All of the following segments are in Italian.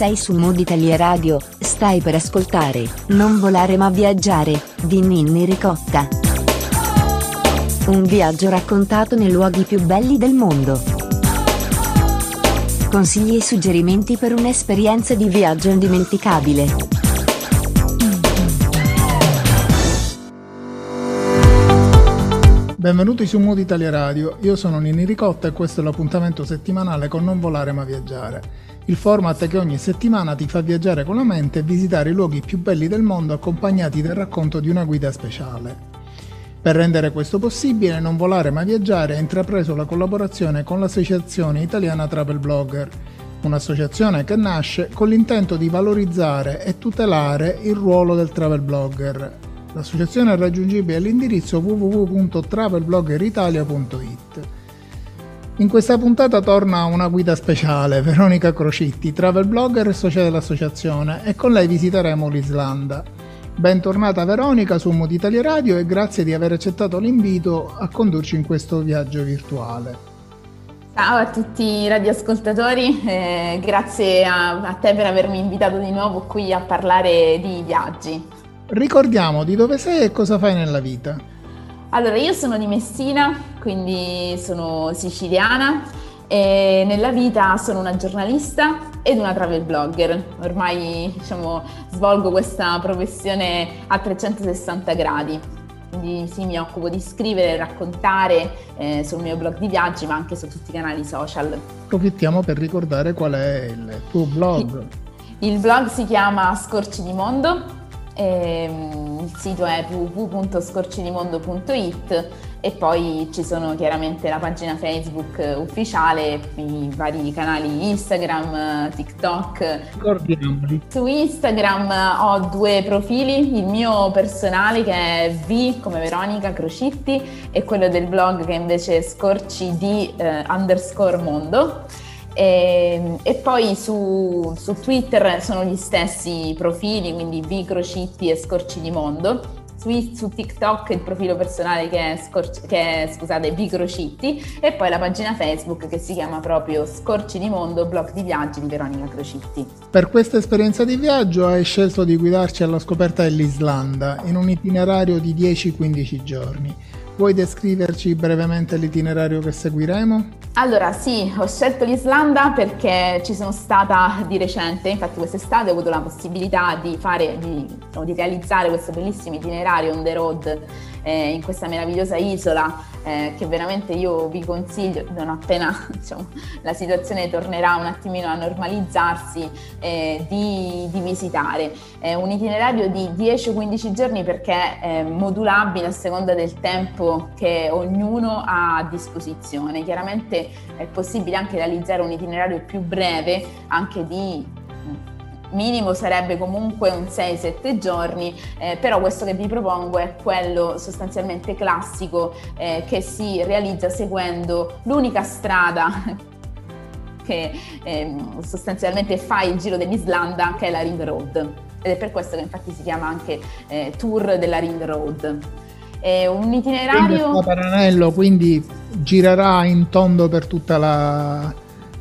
Sei su Mood Italia Radio, stai per ascoltare Non volare ma viaggiare, di Ninni Ricotta. Un viaggio raccontato nei luoghi più belli del mondo. Consigli e suggerimenti per un'esperienza di viaggio indimenticabile. Benvenuti su Mood Italia Radio, io sono Ninni Ricotta e questo è l'appuntamento settimanale con Non volare ma viaggiare. Il format che ogni settimana ti fa viaggiare con la mente e visitare i luoghi più belli del mondo accompagnati dal racconto di una guida speciale. Per rendere questo possibile, Non volare ma viaggiare ha intrapreso la collaborazione con l'Associazione Italiana Travel Blogger, un'associazione che nasce con l'intento di valorizzare e tutelare il ruolo del travel blogger. L'associazione è raggiungibile all'indirizzo www.travelbloggeritalia.it. In questa puntata torna una guida speciale, Veronica Crocitti, travel blogger e socia dell'associazione, e con lei visiteremo l'Islanda. Bentornata Veronica su Mood Italia Radio e grazie di aver accettato l'invito a condurci in questo viaggio virtuale. Ciao a tutti i radioascoltatori, grazie a te per avermi invitato di nuovo qui a parlare di viaggi. Ricordiamo di dove sei e cosa fai nella vita. Allora, io sono di Messina, quindi sono siciliana e nella vita sono una giornalista ed una travel blogger. Ormai, svolgo questa professione a 360 gradi. Quindi sì, mi occupo di scrivere e raccontare sul mio blog di viaggi, ma anche su tutti i canali social. Approfittiamo per ricordare qual è il tuo blog. Il blog si chiama Scorci di Mondo. Il sito è www.scorcidimondo.it e poi ci sono chiaramente la pagina Facebook ufficiale, i vari canali Instagram, TikTok. Ricordiamoli. Su Instagram ho due profili, il mio personale che è V come Veronica Crocitti e quello del blog che invece è Scorci di _mondo. E poi su Twitter sono gli stessi profili, quindi V Crocitti e Scorci di Mondo. Su TikTok il profilo personale che è V Crocitti e poi la pagina Facebook che si chiama proprio Scorci di Mondo, blog di viaggi di Veronica Crocitti. Per questa esperienza di viaggio hai scelto di guidarci alla scoperta dell'Islanda in un itinerario di 10-15 giorni. Vuoi descriverci brevemente l'itinerario che seguiremo? Allora sì, ho scelto l'Islanda perché ci sono stata di recente, infatti quest'estate ho avuto la possibilità di realizzare questo bellissimo itinerario on the road in questa meravigliosa isola che veramente io vi consiglio, non appena la situazione tornerà un attimino a normalizzarsi, di visitare. È un itinerario di 10-15 giorni perché è modulabile a seconda del tempo che ognuno ha a disposizione. Chiaramente è possibile anche realizzare un itinerario più breve, anche di minimo sarebbe comunque un 6-7 giorni, però questo che vi propongo è quello sostanzialmente classico che si realizza seguendo l'unica strada che sostanzialmente fa il giro dell'Islanda, che è la Ring Road, ed è per questo che infatti si chiama anche Tour della Ring Road. È un itinerario a Paranello, quindi girerà in tondo per tutta la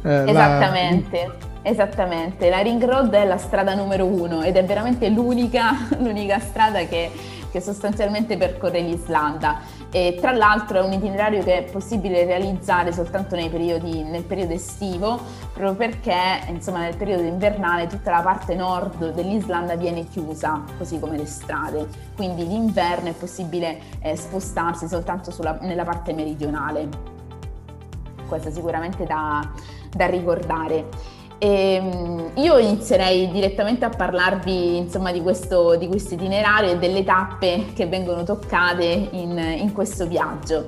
Esattamente, la Ring Road è la strada numero 1 ed è veramente l'unica strada che sostanzialmente percorre l'Islanda. E tra l'altro è un itinerario che è possibile realizzare soltanto nel periodo estivo, proprio perché nel periodo invernale tutta la parte nord dell'Islanda viene chiusa, così come le strade, quindi l'inverno è possibile spostarsi soltanto nella parte meridionale. Questo è sicuramente da ricordare. Io inizierei direttamente a parlarvi di questo itinerario e delle tappe che vengono toccate in questo viaggio.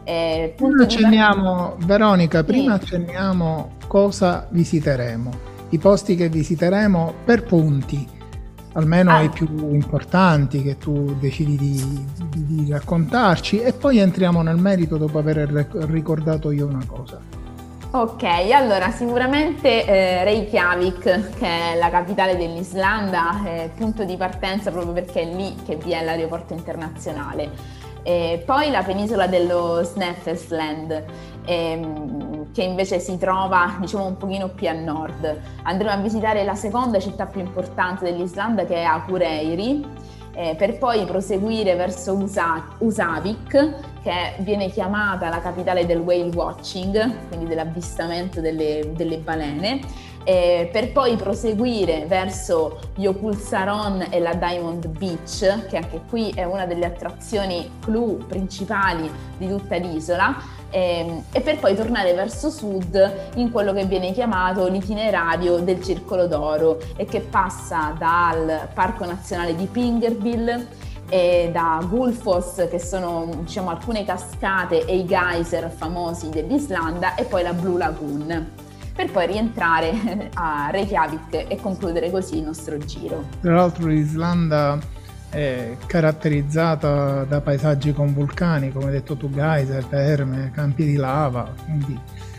Veronica, prima accenniamo cosa visiteremo, i posti che visiteremo per punti, almeno i più importanti che tu decidi di raccontarci, e poi entriamo nel merito dopo aver ricordato io una cosa. Ok, allora sicuramente Reykjavik, che è la capitale dell'Islanda, è punto di partenza proprio perché è lì che vi è l'aeroporto internazionale. Poi la penisola dello Snæfellsland, che invece si trova, diciamo, un pochino più a nord. Andremo a visitare la seconda città più importante dell'Islanda, che è Akureyri, per poi proseguire verso Husavik, che viene chiamata la capitale del whale watching, quindi dell'avvistamento delle balene, per poi proseguire verso Yokulsaron e la Diamond Beach, che anche qui è una delle attrazioni clou principali di tutta l'isola, e per poi tornare verso sud in quello che viene chiamato l'itinerario del Circolo d'Oro, e che passa dal Parco Nazionale di Pingerville e da Gullfoss, che sono, diciamo, alcune cascate e i geyser famosi dell'Islanda, e poi la Blue Lagoon, per poi rientrare a Reykjavik e concludere così il nostro giro. Tra l'altro l'Islanda è caratterizzata da paesaggi con vulcani, come hai detto tu, geyser, terme, campi di lava, quindi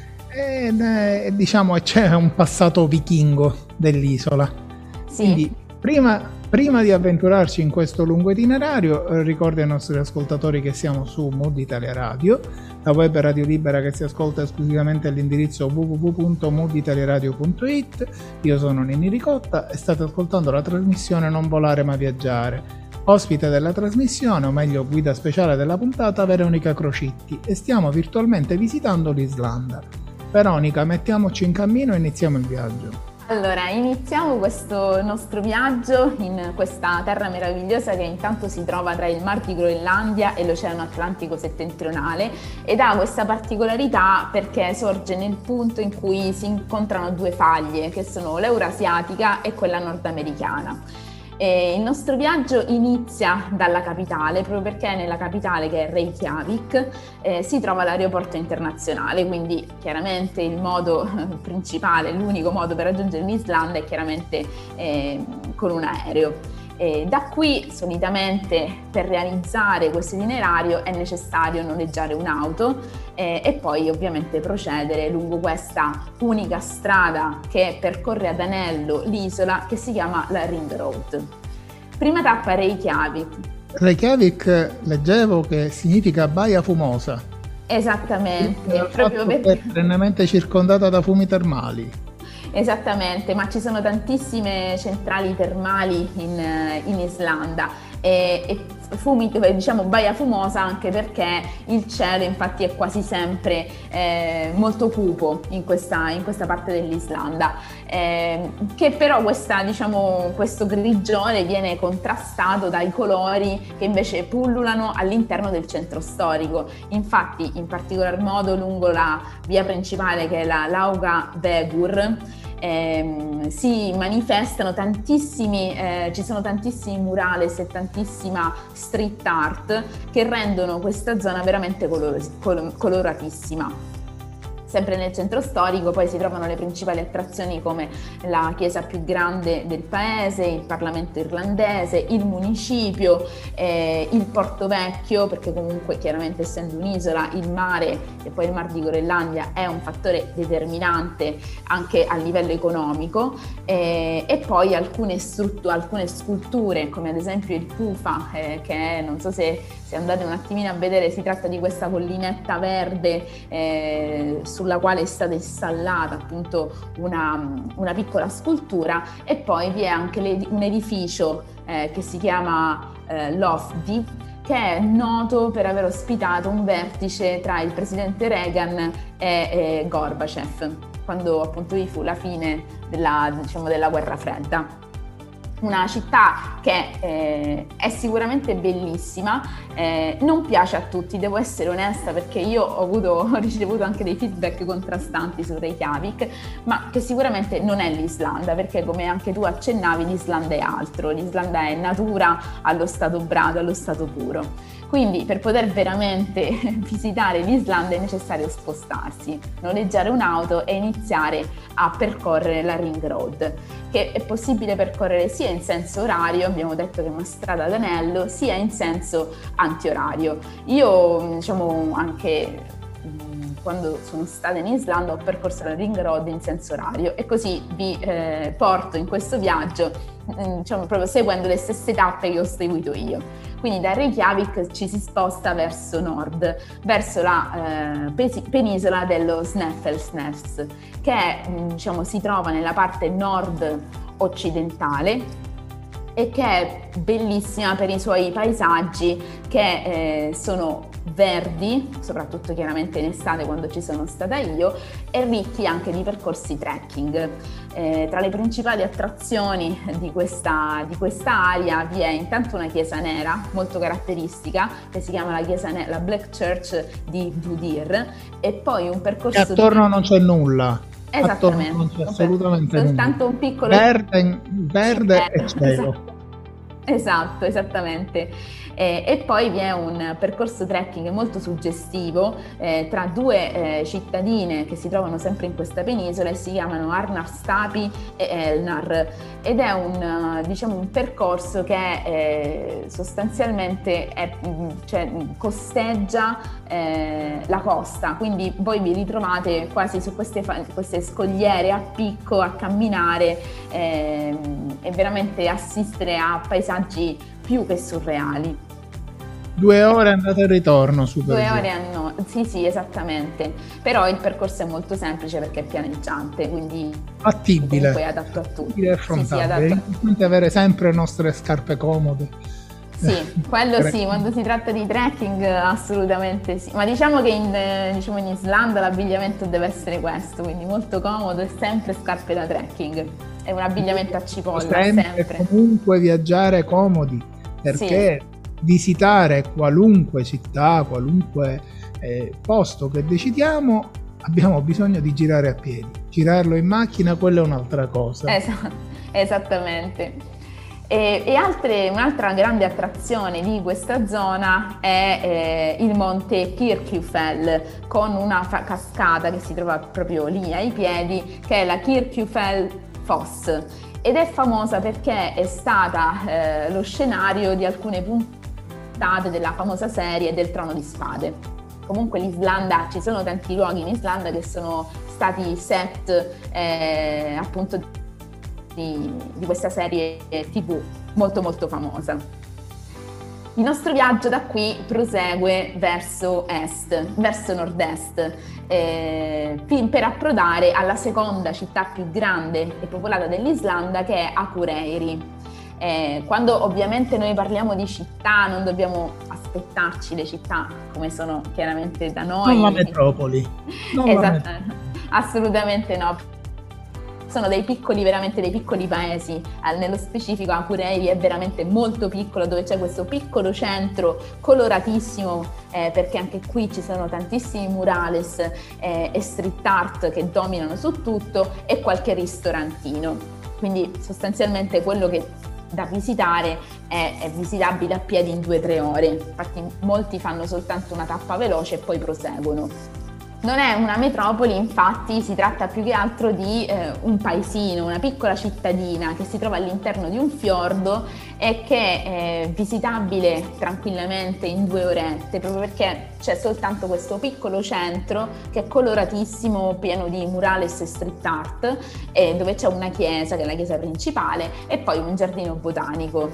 diciamo c'è un passato vichingo dell'isola. Sì. Quindi prima di avventurarci in questo lungo itinerario, ricordo ai nostri ascoltatori che siamo su Mood Italia Radio, la web radio libera che si ascolta esclusivamente all'indirizzo www.mooditaliaradio.it. Io sono Ninni Ricotta e state ascoltando la trasmissione Non volare ma viaggiare. Ospite della trasmissione, o meglio guida speciale della puntata, Veronica Crocitti, e stiamo virtualmente visitando l'Islanda. Veronica, mettiamoci in cammino e iniziamo il viaggio. Allora, iniziamo questo nostro viaggio in questa terra meravigliosa che intanto si trova tra il Mar di Groenlandia e l'Oceano Atlantico settentrionale, ed ha questa particolarità perché sorge nel punto in cui si incontrano due faglie, che sono l'eurasiatica e quella nordamericana. Il nostro viaggio inizia dalla capitale, proprio perché nella capitale, che è Reykjavik, si trova l'aeroporto internazionale, quindi chiaramente il modo principale, l'unico modo per raggiungere l'Islanda è chiaramente con un aereo. Da qui solitamente per realizzare questo itinerario è necessario noleggiare un'auto e poi ovviamente procedere lungo questa unica strada che percorre ad anello l'isola, che si chiama la Ring Road. Prima tappa Reykjavik. Reykjavik leggevo che significa baia fumosa. Esattamente, proprio perché è perennemente circondata da fumi termali. Esattamente, ma ci sono tantissime centrali termali in Islanda e fumi, diciamo baia fumosa anche perché il cielo infatti è quasi sempre molto cupo in questa parte dell'Islanda, che però questo grigiore viene contrastato dai colori che invece pullulano all'interno del centro storico. Infatti, in particolar modo lungo la via principale, che è la Lauga Vegur, si manifestano ci sono tantissimi murales e tantissima street art che rendono questa zona veramente coloratissima. Sempre nel centro storico poi si trovano le principali attrazioni come la chiesa più grande del paese, il Parlamento irlandese, il municipio, il Porto Vecchio, perché comunque chiaramente essendo un'isola il mare e poi il Mar di Groenlandia è un fattore determinante anche a livello economico, e poi alcune sculture come ad esempio il Pufa, che è, non so se andate un attimino a vedere, si tratta di questa collinetta verde sulla quale è stata installata appunto una piccola scultura, e poi vi è anche un edificio che si chiama Lofty, che è noto per aver ospitato un vertice tra il presidente Reagan e Gorbachev, quando appunto vi fu la fine della guerra fredda. Una città che è sicuramente bellissima, non piace a tutti, devo essere onesta, perché io ho ricevuto anche dei feedback contrastanti su Reykjavik, ma che sicuramente non è l'Islanda, perché come anche tu accennavi l'Islanda è altro, l'Islanda è natura allo stato brado, allo stato puro. Quindi per poter veramente visitare l'Islanda è necessario spostarsi, noleggiare un'auto e iniziare a percorrere la Ring Road, che è possibile percorrere sia in senso orario, abbiamo detto che è una strada ad anello, sia in senso antiorario. Io anche quando sono stata in Islanda ho percorso la Ring Road in senso orario, e così vi porto in questo viaggio proprio seguendo le stesse tappe che ho seguito io. Quindi da Reykjavik ci si sposta verso nord, verso la penisola dello Snæfellsnes, che diciamo, si trova nella parte nord occidentale e che è bellissima per i suoi paesaggi che sono verdi, soprattutto chiaramente in estate quando ci sono stata io, e ricchi anche di percorsi trekking. Tra le principali attrazioni di questa area vi è intanto una chiesa nera molto caratteristica che si chiama la Black Church di Dudir, e poi un percorso... E attorno non c'è nulla. Esattamente, non c'è assolutamente soltanto nulla. Un piccolo verde e cielo. Esatto, esattamente. E poi vi è un percorso trekking molto suggestivo tra due cittadine che si trovano sempre in questa penisola e si chiamano Arnarstapi e Elnar, ed è un percorso che sostanzialmente costeggia la costa, quindi voi vi ritrovate quasi su queste scogliere a picco a camminare e veramente assistere a paesaggi più che surreali. 2 ore andata e ritorno. 2 ore sì, esattamente. Però il percorso è molto semplice perché è pianeggiante, quindi fattibile. Comunque è adatto a tutti. È importante avere sempre le nostre scarpe comode. Sì, quello sì, quando si tratta di trekking assolutamente sì. Ma diciamo che in Islanda l'abbigliamento deve essere questo, quindi molto comodo e sempre scarpe da trekking. È un abbigliamento a cipolla, sempre. Comunque viaggiare comodi, perché visitare qualunque città, qualunque posto che decidiamo, abbiamo bisogno di girare a piedi. Girarlo in macchina, quella è un'altra cosa. Esattamente. Un'altra grande attrazione di questa zona è il monte Kirkjufell, con una cascata che si trova proprio lì ai piedi, che è la Kirkjufell Foss, ed è famosa perché è stata lo scenario di alcune puntate della famosa serie del Trono di Spade. Comunque l'Islanda, ci sono tanti luoghi in Islanda che sono stati set appunto di questa serie TV molto molto famosa. Il nostro viaggio da qui prosegue verso nord-est, per approdare alla seconda città più grande e popolata dell'Islanda, che è Akureyri. Quando ovviamente noi parliamo di città non dobbiamo aspettarci le città come sono chiaramente da noi. Non la metropoli. Assolutamente no. Sono veramente dei piccoli paesi. Nello specifico Akureyri è veramente molto piccolo, dove c'è questo piccolo centro coloratissimo, perché anche qui ci sono tantissimi murales e street art che dominano su tutto, e qualche ristorantino. Quindi sostanzialmente quello che da visitare è visitabile a piedi in 2-3 ore. Infatti molti fanno soltanto una tappa veloce e poi proseguono. Non è una metropoli, infatti si tratta più che altro di un paesino, una piccola cittadina che si trova all'interno di un fiordo e che è visitabile tranquillamente in 2 orette, proprio perché c'è soltanto questo piccolo centro che è coloratissimo, pieno di murales e street art, dove c'è una chiesa, che è la chiesa principale, e poi un giardino botanico.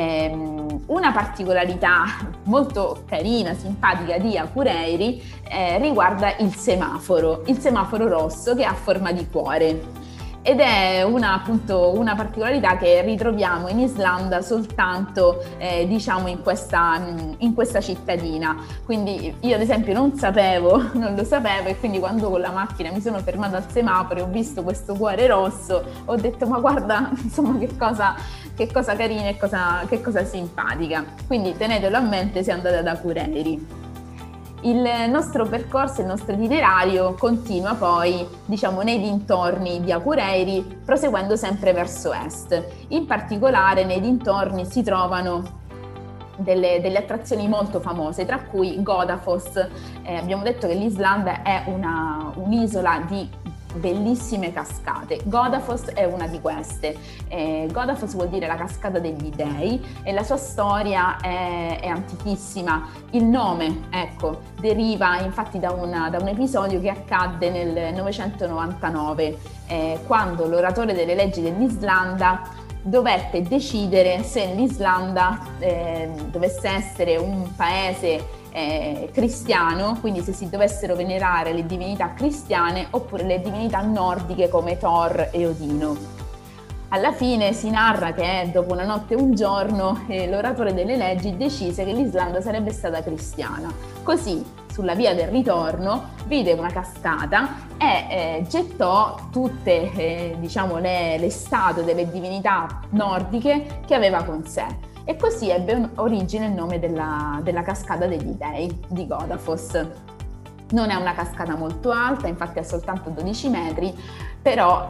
Una particolarità molto carina, simpatica di Akureyri riguarda il semaforo rosso che ha forma di cuore, ed è una particolarità che ritroviamo in Islanda soltanto in questa cittadina. Quindi io ad esempio non lo sapevo, e quindi quando con la macchina mi sono fermata al semaforo e ho visto questo cuore rosso, ho detto ma guarda, insomma, che cosa carina e che cosa simpatica. Quindi tenetelo a mente se andate ad Akureyri. Il nostro percorso, il nostro itinerario continua poi, nei dintorni di Akureyri, proseguendo sempre verso est. In particolare nei dintorni si trovano delle attrazioni molto famose, tra cui Godafoss. Abbiamo detto che l'Islanda è un'isola di bellissime cascate. Godafoss è una di queste. Godafoss vuol dire la cascata degli dei, e la sua storia è antichissima. Il nome, deriva infatti da un episodio che accadde nel 999, quando l'oratore delle leggi dell'Islanda dovette decidere se l'Islanda dovesse essere un paese cristiano, quindi se si dovessero venerare le divinità cristiane oppure le divinità nordiche come Thor e Odino. Alla fine si narra che dopo una notte e un giorno l'oratore delle leggi decise che l'Islanda sarebbe stata cristiana. Così, sulla via del ritorno, vide una cascata e gettò tutte le statue delle divinità nordiche che aveva con sé. E così ebbe origine il nome della cascata degli dei, di Godafoss. Non è una cascata molto alta, infatti ha soltanto 12 metri, però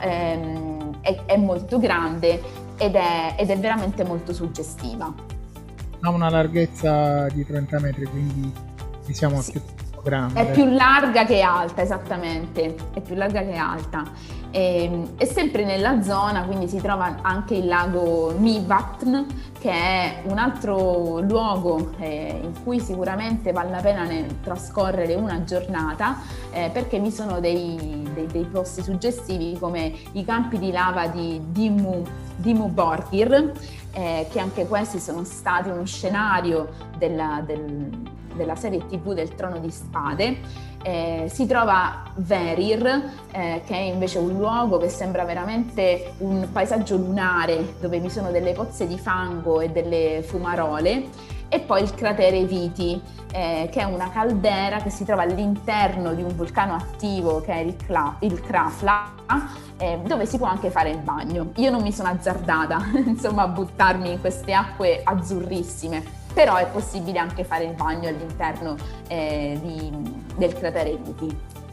è molto grande ed è veramente molto suggestiva. Ha una larghezza di 30 metri, quindi diciamo sì, più grande. È più larga che alta, esattamente, è più larga che alta. E sempre nella zona quindi si trova anche il lago Mývatn, che è un altro luogo in cui sicuramente vale la pena trascorrere una giornata, perché vi sono dei posti suggestivi come i campi di lava di Dimmu Borgir, che anche questi sono stati uno scenario della serie TV del Trono di Spade. Si trova Verir, che è invece un luogo che sembra veramente un paesaggio lunare, dove vi sono delle pozze di fango e delle fumarole, e poi il cratere Viti, che è una caldera che si trova all'interno di un vulcano attivo che è il Krafla, dove si può anche fare il bagno. Io non mi sono azzardata insomma a buttarmi in queste acque azzurrissime, però è possibile anche fare il bagno all'interno del cratere Viti.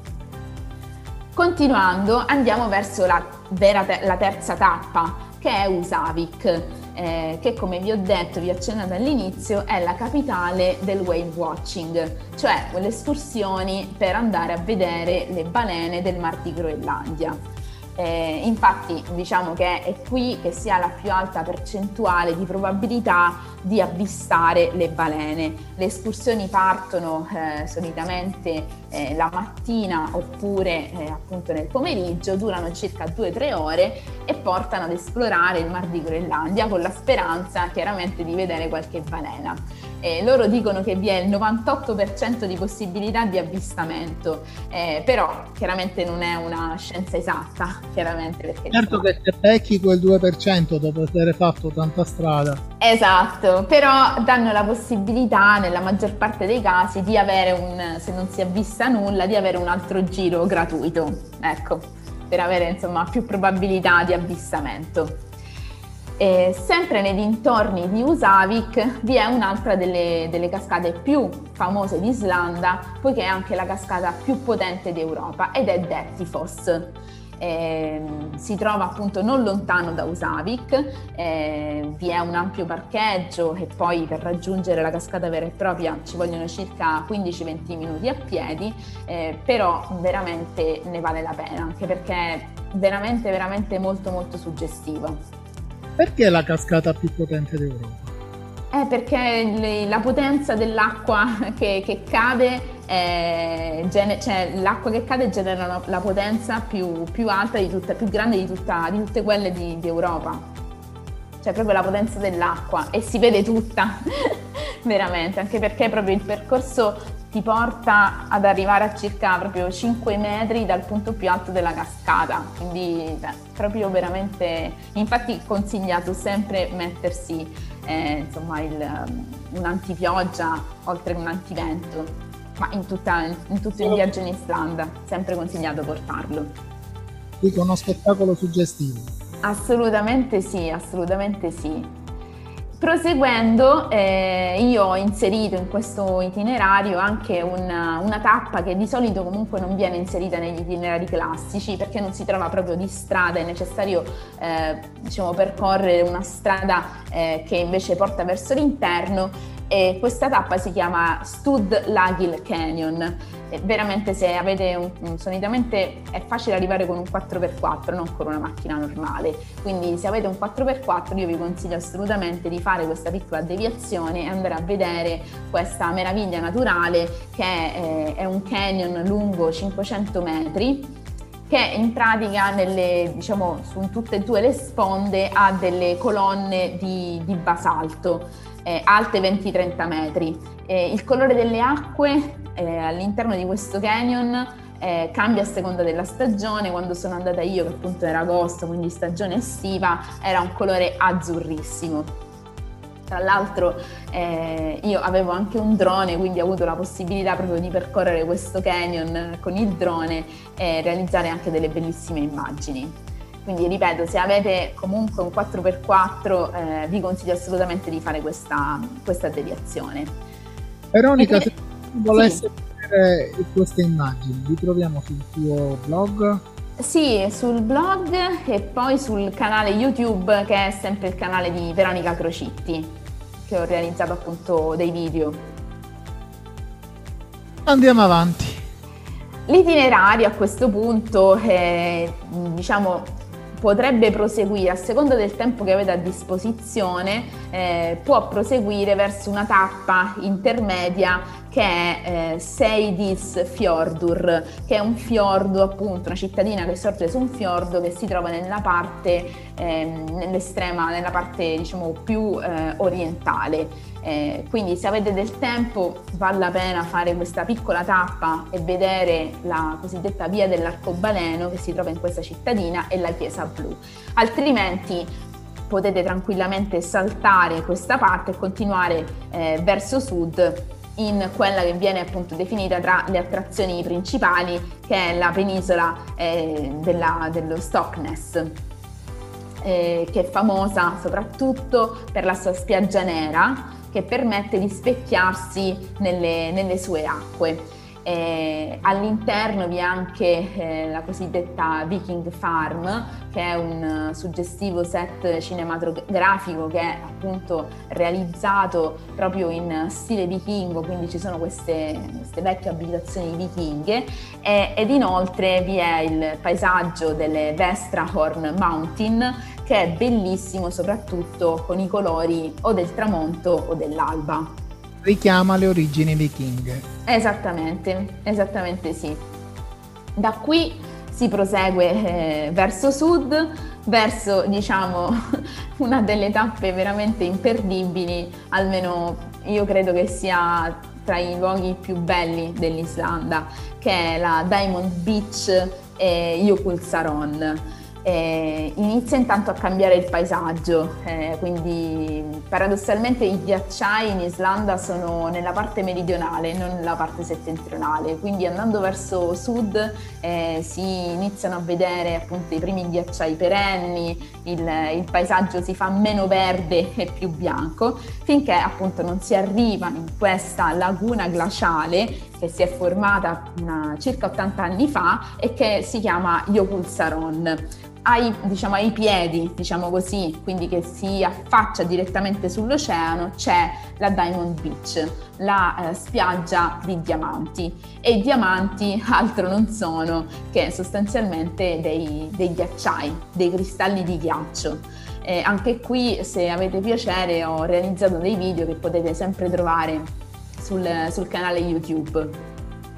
Continuando andiamo verso la terza tappa, che è Husavik, che come vi ho detto, vi ho accennato all'inizio, è la capitale del whale watching, cioè quelle escursioni per andare a vedere le balene del Mar di Groenlandia. Infatti diciamo che è qui che si ha la più alta percentuale di probabilità di avvistare le balene. Le escursioni partono solitamente la mattina oppure appunto nel pomeriggio, durano circa 2-3 ore e portano ad esplorare il Mar di Groenlandia con la speranza chiaramente di vedere qualche balena. Loro dicono che vi è il 98% di possibilità di avvistamento, però chiaramente non è una scienza esatta, chiaramente. Perché certo che se becchi quel 2% dopo aver fatto tanta strada. Esatto, però danno la possibilità nella maggior parte dei casi di avere se non si avvista nulla, di avere un altro giro gratuito, ecco, per avere insomma più probabilità di avvistamento. Sempre nei dintorni di Husavik vi è un'altra delle cascate più famose d'Islanda, poiché è anche la cascata più potente d'Europa, ed è Dettifoss. Si trova appunto non lontano da Husavik, vi è un ampio parcheggio e poi per raggiungere la cascata vera e propria ci vogliono circa 15-20 minuti a piedi, però veramente ne vale la pena, anche perché è veramente veramente molto molto suggestiva. Perché è la cascata più potente d'Europa? Perché la potenza dell'acqua che cade, cioè l'acqua che cade genera la potenza più alta più grande di tutte quelle di Europa. Cioè proprio la potenza dell'acqua, e si vede tutta veramente, anche perché proprio il percorso ti porta ad arrivare a circa proprio 5 metri dal punto più alto della cascata, quindi proprio veramente, infatti consigliato sempre mettersi insomma un antipioggia oltre che un antivento, ma in tutto il viaggio in Islanda sempre consigliato portarlo. Dico, uno spettacolo suggestivo. Assolutamente sì, assolutamente sì. Proseguendo, io ho inserito in questo itinerario anche una tappa che di solito comunque non viene inserita negli itinerari classici, perché non si trova proprio di strada, è necessario percorrere una strada che invece porta verso l'interno, e questa tappa si chiama Stud-Lagil Canyon. Veramente, se avete solitamente è facile arrivare con un 4x4, non con una macchina normale, quindi se avete un 4x4 io vi consiglio assolutamente di fare questa piccola deviazione e andare a vedere questa meraviglia naturale che è un canyon lungo 500 metri, che in pratica diciamo, su tutte e due le sponde ha delle colonne di basalto alte 20-30 metri. Il colore delle acque all'interno di questo canyon cambia a seconda della stagione. Quando sono andata io, che appunto era agosto, quindi stagione estiva, era un colore azzurrissimo. Tra l'altro io avevo anche un drone, quindi ho avuto la possibilità proprio di percorrere questo canyon con il drone e realizzare anche delle bellissime immagini. Quindi ripeto, se avete comunque un 4x4 vi consiglio assolutamente di fare questa deviazione. Veronica, se volesse vedere queste immagini, li troviamo sul tuo blog? Sì, sul blog e poi sul canale YouTube, che è sempre il canale di Veronica Crocitti, che ho realizzato appunto dei video. Andiamo avanti. L'itinerario a questo punto, diciamo, potrebbe proseguire a seconda del tempo che avete a disposizione, può proseguire verso una tappa intermedia che è Seydisfjordur, che è un fiordo, appunto una cittadina che sorge su un fiordo che si trova nella parte nella parte diciamo più orientale. Quindi se avete del tempo vale la pena fare questa piccola tappa e vedere la cosiddetta via dell'arcobaleno che si trova in questa cittadina e la chiesa blu. Altrimenti potete tranquillamente saltare questa parte e continuare verso sud in quella che viene appunto definita tra le attrazioni principali, che è la penisola dello Stoknes, che è famosa soprattutto per la sua spiaggia nera, che permette di specchiarsi nelle sue acque. All'interno vi è anche la cosiddetta Viking Farm, che è un suggestivo set cinematografico che è appunto realizzato proprio in stile vichingo, quindi ci sono queste vecchie abitazioni vichinghe, ed inoltre vi è il paesaggio delle Vestrahorn Mountain, che è bellissimo soprattutto con i colori o del tramonto o dell'alba. Richiama le origini vichinghe. Esattamente sì. Da qui si prosegue verso sud, verso diciamo una delle tappe veramente imperdibili, almeno io credo che sia tra i luoghi più belli dell'Islanda, che è la Diamond Beach e Jökulsárlón. Inizia intanto a cambiare il paesaggio, quindi paradossalmente i ghiacciai in Islanda sono nella parte meridionale, non nella parte settentrionale, quindi andando verso sud si iniziano a vedere appunto i primi ghiacciai perenni, il paesaggio si fa meno verde e più bianco, finché appunto non si arriva in questa laguna glaciale che si è formata circa 80 anni fa e che si chiama Jökulsárlón. Ai piedi, diciamo così, quindi che si affaccia direttamente sull'oceano, c'è la Diamond Beach, la spiaggia di diamanti, e i diamanti altro non sono che sostanzialmente dei ghiacciai, dei cristalli di ghiaccio. Anche qui, se avete piacere, ho realizzato dei video che potete sempre trovare sul canale YouTube.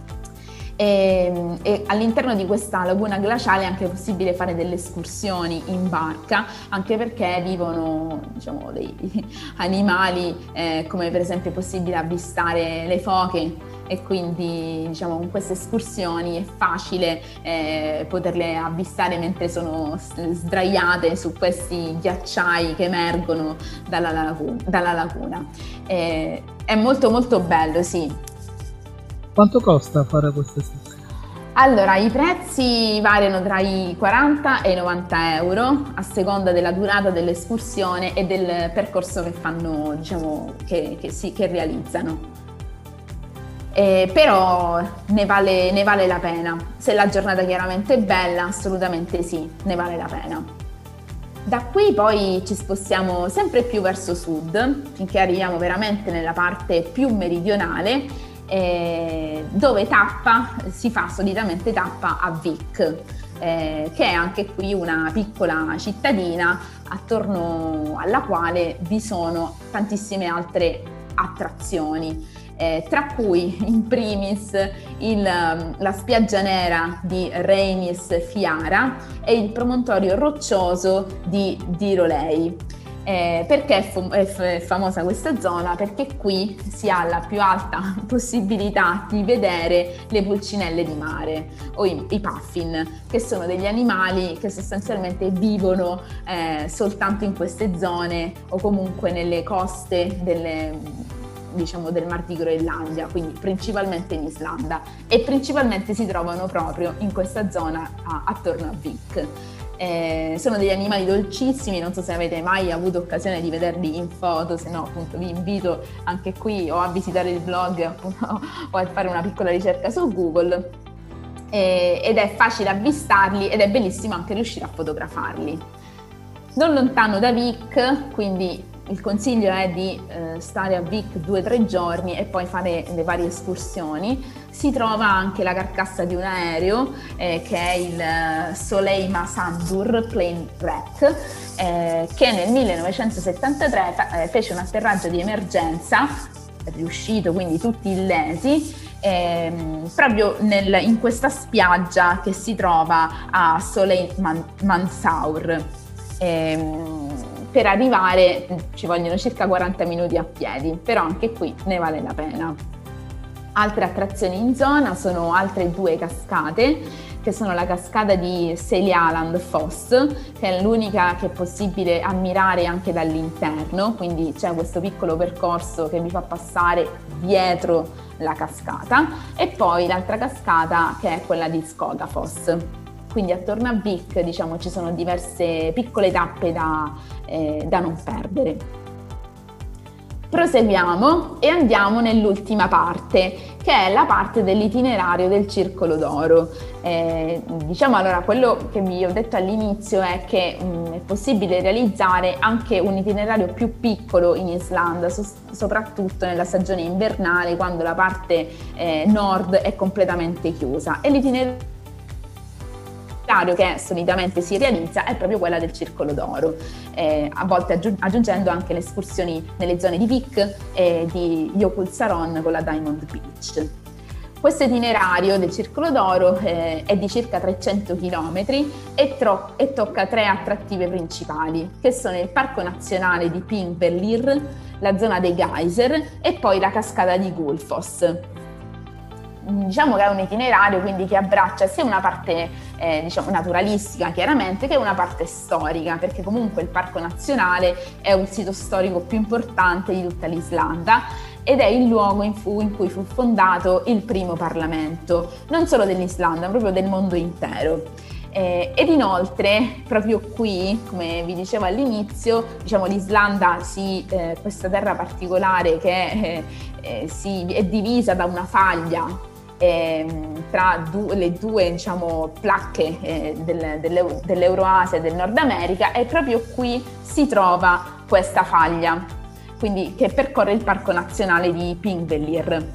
E all'interno di questa laguna glaciale è anche possibile fare delle escursioni in barca, anche perché vivono diciamo dei animali come per esempio è possibile avvistare le foche, e quindi diciamo con queste escursioni è facile poterle avvistare mentre sono sdraiate su questi ghiacciai che emergono dalla laguna. È molto molto bello, sì. Quanto costa fare questa escursione? Allora, i prezzi variano tra i 40 e i 90 euro a seconda della durata dell'escursione e del percorso che fanno, diciamo, che realizzano. Però ne vale la pena. Se la giornata chiaramente è bella, assolutamente sì, ne vale la pena. Da qui poi ci spostiamo sempre più verso sud, finché arriviamo veramente nella parte più meridionale, dove si fa solitamente tappa a Vik, che è anche qui una piccola cittadina attorno alla quale vi sono tantissime altre attrazioni. tra cui in primis la spiaggia nera di Reinis Fiara e il promontorio roccioso di Dirolei. Perché è famosa questa zona? Perché qui si ha la più alta possibilità di vedere le pulcinelle di mare o i puffin, che sono degli animali che sostanzialmente vivono soltanto in queste zone o comunque nelle coste del Mar di Groenlandia, quindi principalmente in Islanda, e principalmente si trovano proprio in questa zona attorno a Vik. Sono degli animali dolcissimi, non so se avete mai avuto occasione di vederli in foto, se no appunto vi invito anche qui o a visitare il blog appunto, o a fare una piccola ricerca su Google, ed è facile avvistarli ed è bellissimo anche riuscire a fotografarli. Non lontano da Vik, quindi il consiglio è di stare a Vik 2-3 giorni e poi fare le varie escursioni. Si trova anche la carcassa di un aereo che è il Soleima Sandur Plane Wreck, che nel 1973 fece un atterraggio di emergenza, riuscito, quindi tutti illesi, proprio in questa spiaggia che si trova a Soleil Mansour. Per arrivare ci vogliono circa 40 minuti a piedi, però anche qui ne vale la pena. Altre attrazioni in zona sono altre 2 cascate, che sono la cascata di Selialand Foss, che è l'unica che è possibile ammirare anche dall'interno, quindi c'è questo piccolo percorso che vi fa passare dietro la cascata, e poi l'altra cascata che è quella di Skogafoss. Quindi attorno a Vik, diciamo, ci sono diverse piccole tappe da non perdere. Proseguiamo e andiamo nell'ultima parte, che è la parte dell'itinerario del Circolo d'Oro. Allora, quello che vi ho detto all'inizio è che è possibile realizzare anche un itinerario più piccolo in Islanda, soprattutto nella stagione invernale, quando la parte nord è completamente chiusa, e l'itinerario che solitamente si realizza è proprio quella del Circolo d'Oro, a volte aggiungendo anche le escursioni nelle zone di Vik e di Jökulsárlón con la Diamond Beach. Questo itinerario del Circolo d'Oro è di circa 300 km e tocca 3 attrattive principali, che sono il Parco Nazionale di Thingvellir, la zona dei geyser e poi la cascata di Gullfoss. Diciamo che è un itinerario quindi che abbraccia sia una parte naturalistica chiaramente, che una parte storica, perché comunque il Parco Nazionale è un sito storico più importante di tutta l'Islanda ed è il luogo in cui fu fondato il primo Parlamento, non solo dell'Islanda, proprio del mondo intero. Ed inoltre proprio qui, come vi dicevo all'inizio, l'Islanda questa terra particolare che è divisa da una faglia tra le due placche dell'Euroasia e del Nord America, e proprio qui si trova questa faglia, quindi che percorre il Parco Nazionale di Thingvellir,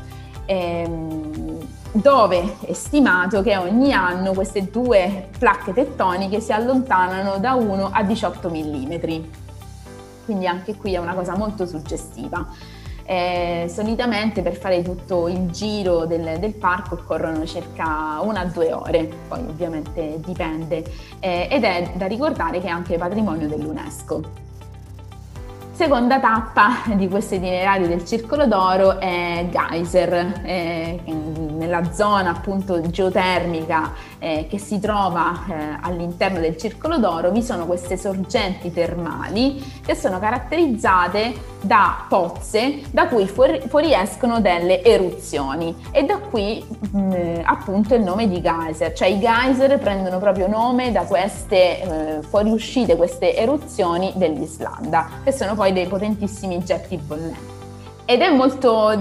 dove è stimato che ogni anno queste 2 placche tettoniche si allontanano da 1 a 18 mm. Quindi anche qui è una cosa molto suggestiva. Solitamente per fare tutto il giro del parco occorrono circa 1 a 2 ore, poi ovviamente dipende, ed è da ricordare che è anche patrimonio dell'UNESCO. Seconda tappa di questo itinerario del Circolo d'Oro è Geyser, nella zona appunto geotermica che si trova all'interno del Circolo d'Oro. Vi sono queste sorgenti termali che sono caratterizzate da pozze da cui fuoriescono delle eruzioni, e da qui appunto il nome di geyser, cioè i geyser prendono proprio nome da queste fuoriuscite, queste eruzioni dell'Islanda, che sono poi dei potentissimi getti bollenti. Ed è molto,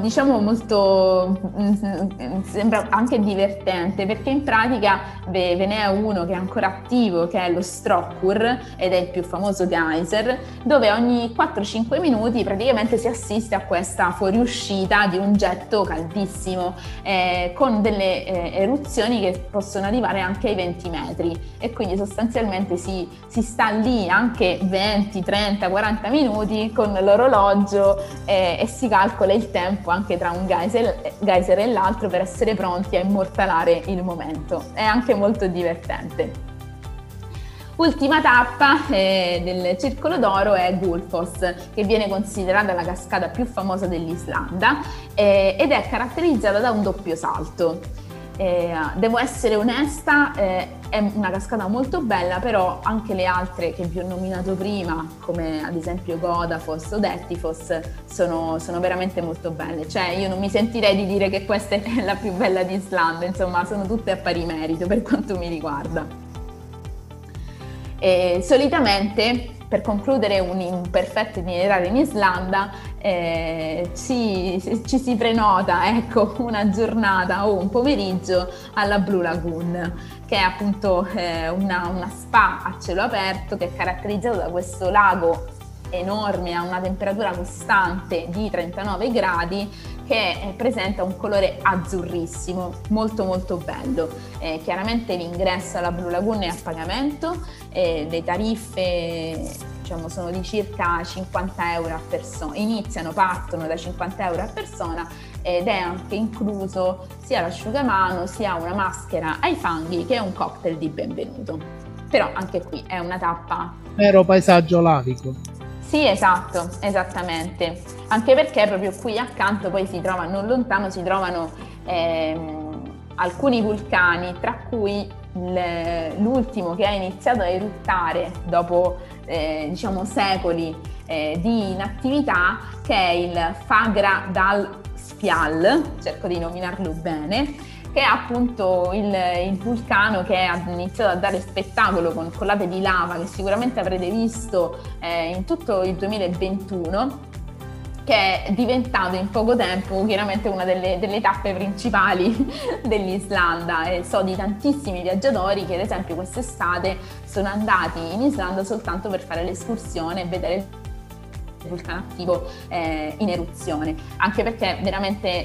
sembra anche divertente, perché in pratica ve ne è uno che è ancora attivo, che è lo Strokkur, ed è il più famoso geyser, dove ogni 4-5 minuti praticamente si assiste a questa fuoriuscita di un getto caldissimo, con delle eruzioni che possono arrivare anche ai 20 metri, e quindi sostanzialmente si sta lì anche 20, 30, 40 minuti con l'orologio e si calcola il tempo anche tra un geyser e l'altro per essere pronti a immortalare il momento. È anche molto divertente. Ultima tappa del Circolo d'Oro è Gullfoss, che viene considerata la cascata più famosa dell'Islanda ed è caratterizzata da un doppio salto. Devo essere onesta, è una cascata molto bella, però anche le altre che vi ho nominato prima, come ad esempio Godafoss o Dettifoss, sono veramente molto belle. Cioè, io non mi sentirei di dire che questa è la più bella d'Islanda, insomma, sono tutte a pari merito per quanto mi riguarda. Solitamente, per concludere un perfetto itinerario in Islanda, ci si prenota, ecco, una giornata o un pomeriggio alla Blue Lagoon, che è appunto una spa a cielo aperto che è caratterizzata da questo lago enorme a una temperatura costante di 39 gradi, che presenta un colore azzurrissimo, molto molto bello. Chiaramente l'ingresso alla Blue Lagoon è a pagamento, le tariffe, diciamo, sono di circa 50 euro a persona, partono da 50 euro a persona, ed è anche incluso sia l'asciugamano sia una maschera ai fanghi che è un cocktail di benvenuto. Però anche qui è una tappa. Vero paesaggio lavico. Sì, esatto, esattamente. Anche perché proprio qui accanto poi non lontano si trovano alcuni vulcani, tra cui l'ultimo che ha iniziato a eruttare dopo diciamo secoli di inattività, che è il Fagra Dal Sfial, cerco di nominarlo bene, che è appunto il vulcano che ha iniziato a dare spettacolo con colate di lava che sicuramente avrete visto in tutto il 2021, che è diventato in poco tempo chiaramente una delle tappe principali dell'Islanda, e so di tantissimi viaggiatori che ad esempio quest'estate sono andati in Islanda soltanto per fare l'escursione e vedere il vulcano attivo in eruzione, anche perché veramente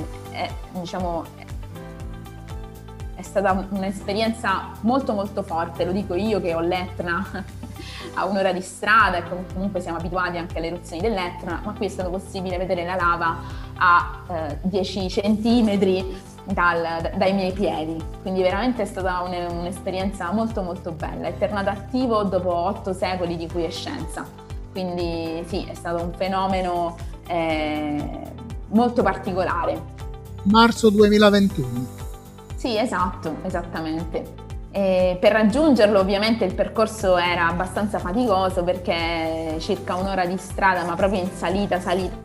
è stata un'esperienza molto molto forte. Lo dico io che ho l'Etna a un'ora di strada e comunque siamo abituati anche alle eruzioni dell'Etna, ma qui è stato possibile vedere la lava a 10 centimetri dai miei piedi, quindi veramente è stata un'esperienza molto molto bella. È tornato attivo dopo 8 secoli di quiescenza, quindi sì, è stato un fenomeno molto particolare. Marzo 2021. Sì, esatto, esattamente. Per raggiungerlo ovviamente il percorso era abbastanza faticoso, perché circa un'ora di strada, ma proprio in salita,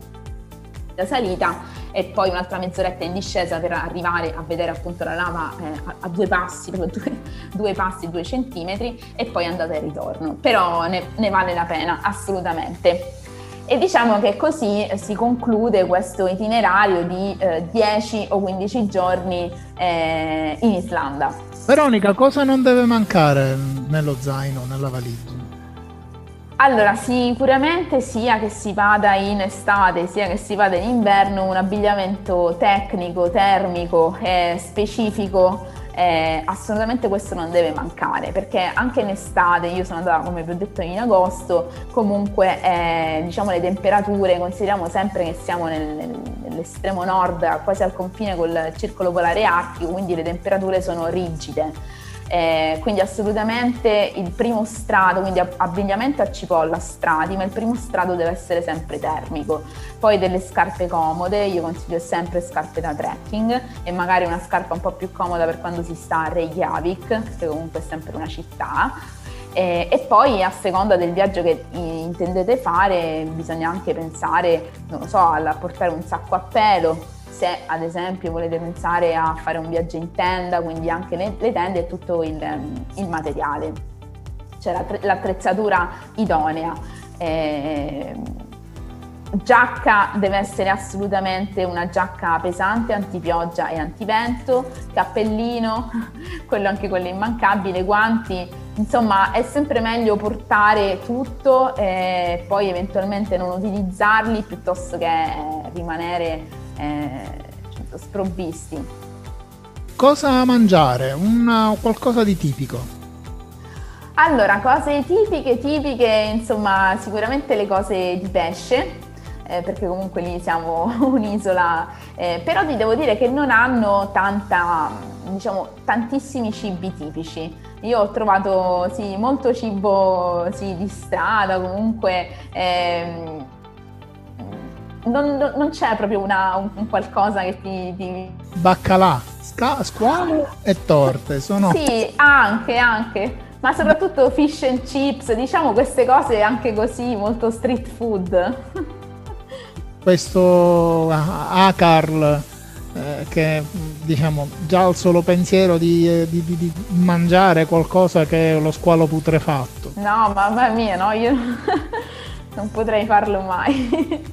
e poi un'altra mezz'oretta in discesa per arrivare a vedere appunto la lava a 2 passi, proprio due passi, 2 centimetri, e poi andata e ritorno. Però ne vale la pena, assolutamente. E diciamo che così si conclude questo itinerario di 10 o 15 giorni in Islanda. Veronica, cosa non deve mancare nello zaino, nella valigia? Allora, sicuramente sia che si vada in estate sia che si vada in inverno, un abbigliamento tecnico, termico e specifico, assolutamente questo non deve mancare, perché anche in estate, io sono andata come vi ho detto in agosto, comunque diciamo le temperature, consideriamo sempre che siamo nell'estremo nord, quasi al confine col circolo polare artico, quindi le temperature sono rigide. Quindi assolutamente il primo strato, quindi abbigliamento a cipolla, strati, ma il primo strato deve essere sempre termico. Poi delle scarpe comode, io consiglio sempre scarpe da trekking e magari una scarpa un po' più comoda per quando si sta a Reykjavik, perché comunque è sempre una città. E poi a seconda del viaggio che intendete fare bisogna anche pensare, non lo so, a portare un sacco a pelo, se ad esempio volete pensare a fare un viaggio in tenda, quindi anche le tende e tutto il materiale, cioè l'attrezzatura idonea. Giacca deve essere assolutamente una giacca pesante, antipioggia e antivento, cappellino, quello immancabile, guanti, insomma è sempre meglio portare tutto e poi eventualmente non utilizzarli piuttosto che rimanere sprovvisti. Cosa mangiare? Qualcosa di tipico? Allora, cose tipiche, insomma, sicuramente le cose di pesce. perché comunque lì siamo un'isola, però ti devo dire che non hanno tantissimi cibi tipici. Io ho trovato molto cibo di strada, comunque non c'è proprio un qualcosa che ti... Baccalà, squalo e torte sono... Sì, anche, ma soprattutto fish and chips, diciamo queste cose anche così, molto street food. Questo Acarl, che diciamo già il solo pensiero di mangiare qualcosa che è lo squalo putrefatto. No, mamma mia, no, io non potrei farlo mai.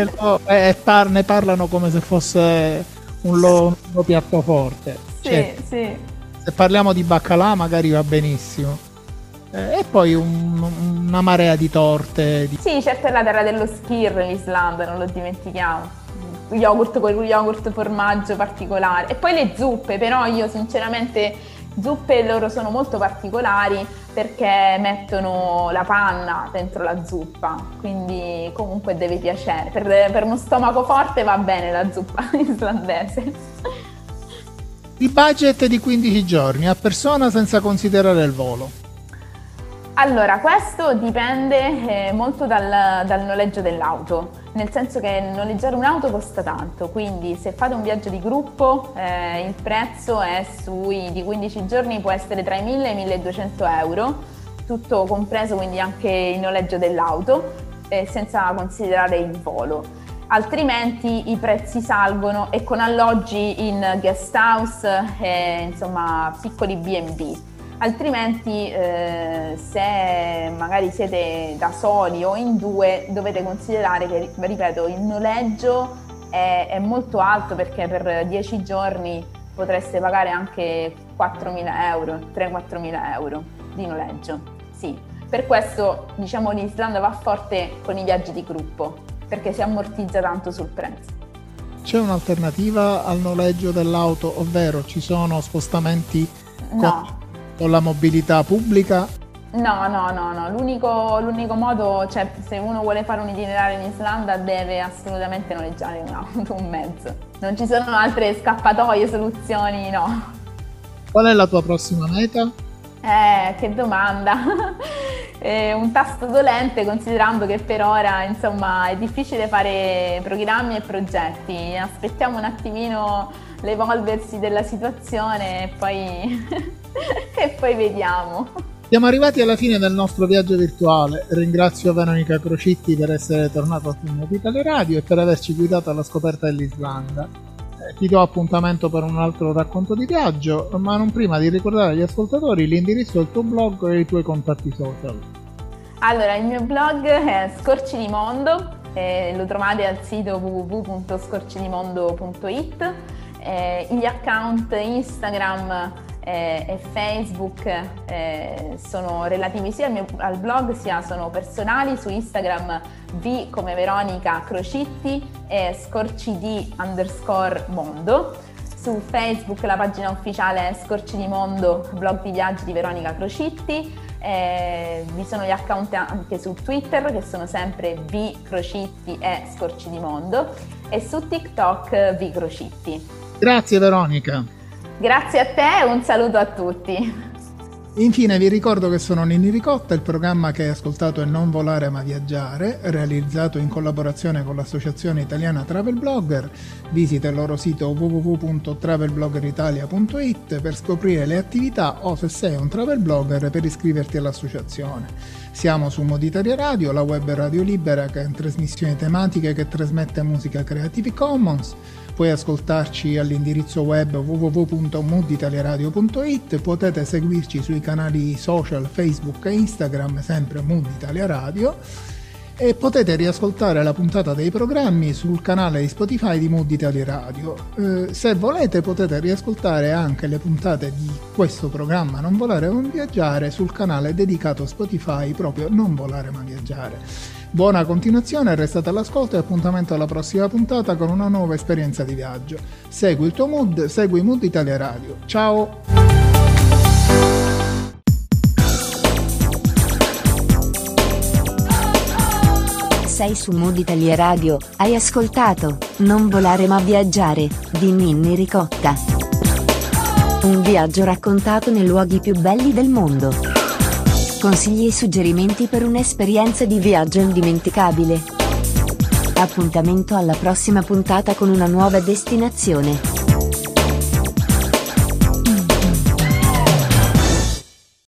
Ne parlano come se fosse un loro piattoforte. Sì, cioè, sì. Se parliamo di baccalà magari va benissimo. E poi una marea di torte. Sì, certo, è la terra dello skir, l'Islanda, non lo dimentichiamo. Yogurt, con yogurt formaggio particolare. E poi le zuppe, però io sinceramente zuppe loro sono molto particolari perché mettono la panna dentro la zuppa, quindi comunque deve piacere. Per uno stomaco forte va bene la zuppa islandese. Il budget di 15 giorni a persona senza considerare il volo. Allora, questo dipende molto dal noleggio dell'auto, nel senso che noleggiare un'auto costa tanto, quindi se fate un viaggio di gruppo il prezzo è di 15 giorni può essere tra i 1.000 e i 1.200 euro, tutto compreso, quindi anche il noleggio dell'auto, senza considerare il volo. Altrimenti i prezzi salgono e con alloggi in guest house e insomma piccoli B&B. Altrimenti se magari siete da soli o in due dovete considerare che, ripeto, il noleggio è molto alto, perché per 10 giorni potreste pagare anche 4.000 euro, 3-4.000 euro di noleggio. Sì, per questo diciamo l'Islanda va forte con i viaggi di gruppo, perché si ammortizza tanto sul prezzo. C'è un'alternativa al noleggio dell'auto, ovvero ci sono spostamenti con la mobilità pubblica? No, l'unico modo, cioè se uno vuole fare un itinerario in Islanda deve assolutamente noleggiare un'auto, un mezzo. Non ci sono altre scappatoie, soluzioni, no. Qual è la tua prossima meta? Che domanda! Un tasto dolente, considerando che per ora insomma è difficile fare programmi e progetti. Aspettiamo un attimino l'evolversi della situazione e poi vediamo. Siamo arrivati alla fine del nostro viaggio virtuale. Ringrazio Veronica Crocitti per essere tornata su Mood Italia Radio e per averci guidato alla scoperta dell'Islanda. Ti do appuntamento per un altro racconto di viaggio, ma non prima di ricordare agli ascoltatori l'indirizzo del tuo blog e i tuoi contatti social. Allora, il mio blog è Scorci di Mondo, lo trovate al sito www.scorcidimondo.it. Gli account Instagram e Facebook sono relativi sia al blog sia sono personali. Su Instagram V come Veronica Crocitti e scorcidi_mondo. Su Facebook la pagina ufficiale è Scorci di Mondo, blog di viaggi di Veronica Crocitti. Vi sono gli account anche su Twitter, che sono sempre V Crocitti e Scorci di Mondo, e su TikTok V Crocitti. Grazie Veronica. Grazie a te e un saluto a tutti. Infine vi ricordo che sono Ninni Ricotta, il programma che hai ascoltato è Non Volare Ma Viaggiare, realizzato in collaborazione con l'Associazione Italiana Travel Blogger. Visita il loro sito www.travelbloggeritalia.it per scoprire le attività o, se sei un travel blogger, per iscriverti all'associazione. Siamo su Mood Italia Radio, la web radio libera che è in trasmissioni tematiche che trasmette musica Creative Commons. Puoi ascoltarci all'indirizzo web www.mooditaliaradio.it, potete seguirci sui canali social Facebook e Instagram, sempre Mood Italia Radio, e potete riascoltare la puntata dei programmi sul canale di Spotify di Mood Italia Radio. Se volete potete riascoltare anche le puntate di questo programma Non Volare Ma Viaggiare sul canale dedicato Spotify proprio Non Volare Ma Viaggiare. Buona continuazione, restate all'ascolto e appuntamento alla prossima puntata con una nuova esperienza di viaggio. Segui il tuo mood, segui Mood Italia Radio. Ciao! Sei su Mood Italia Radio, hai ascoltato Non volare ma viaggiare, di Ninni Ricotta. Un viaggio raccontato nei luoghi più belli del mondo. Consigli e suggerimenti per un'esperienza di viaggio indimenticabile. Appuntamento alla prossima puntata con una nuova destinazione.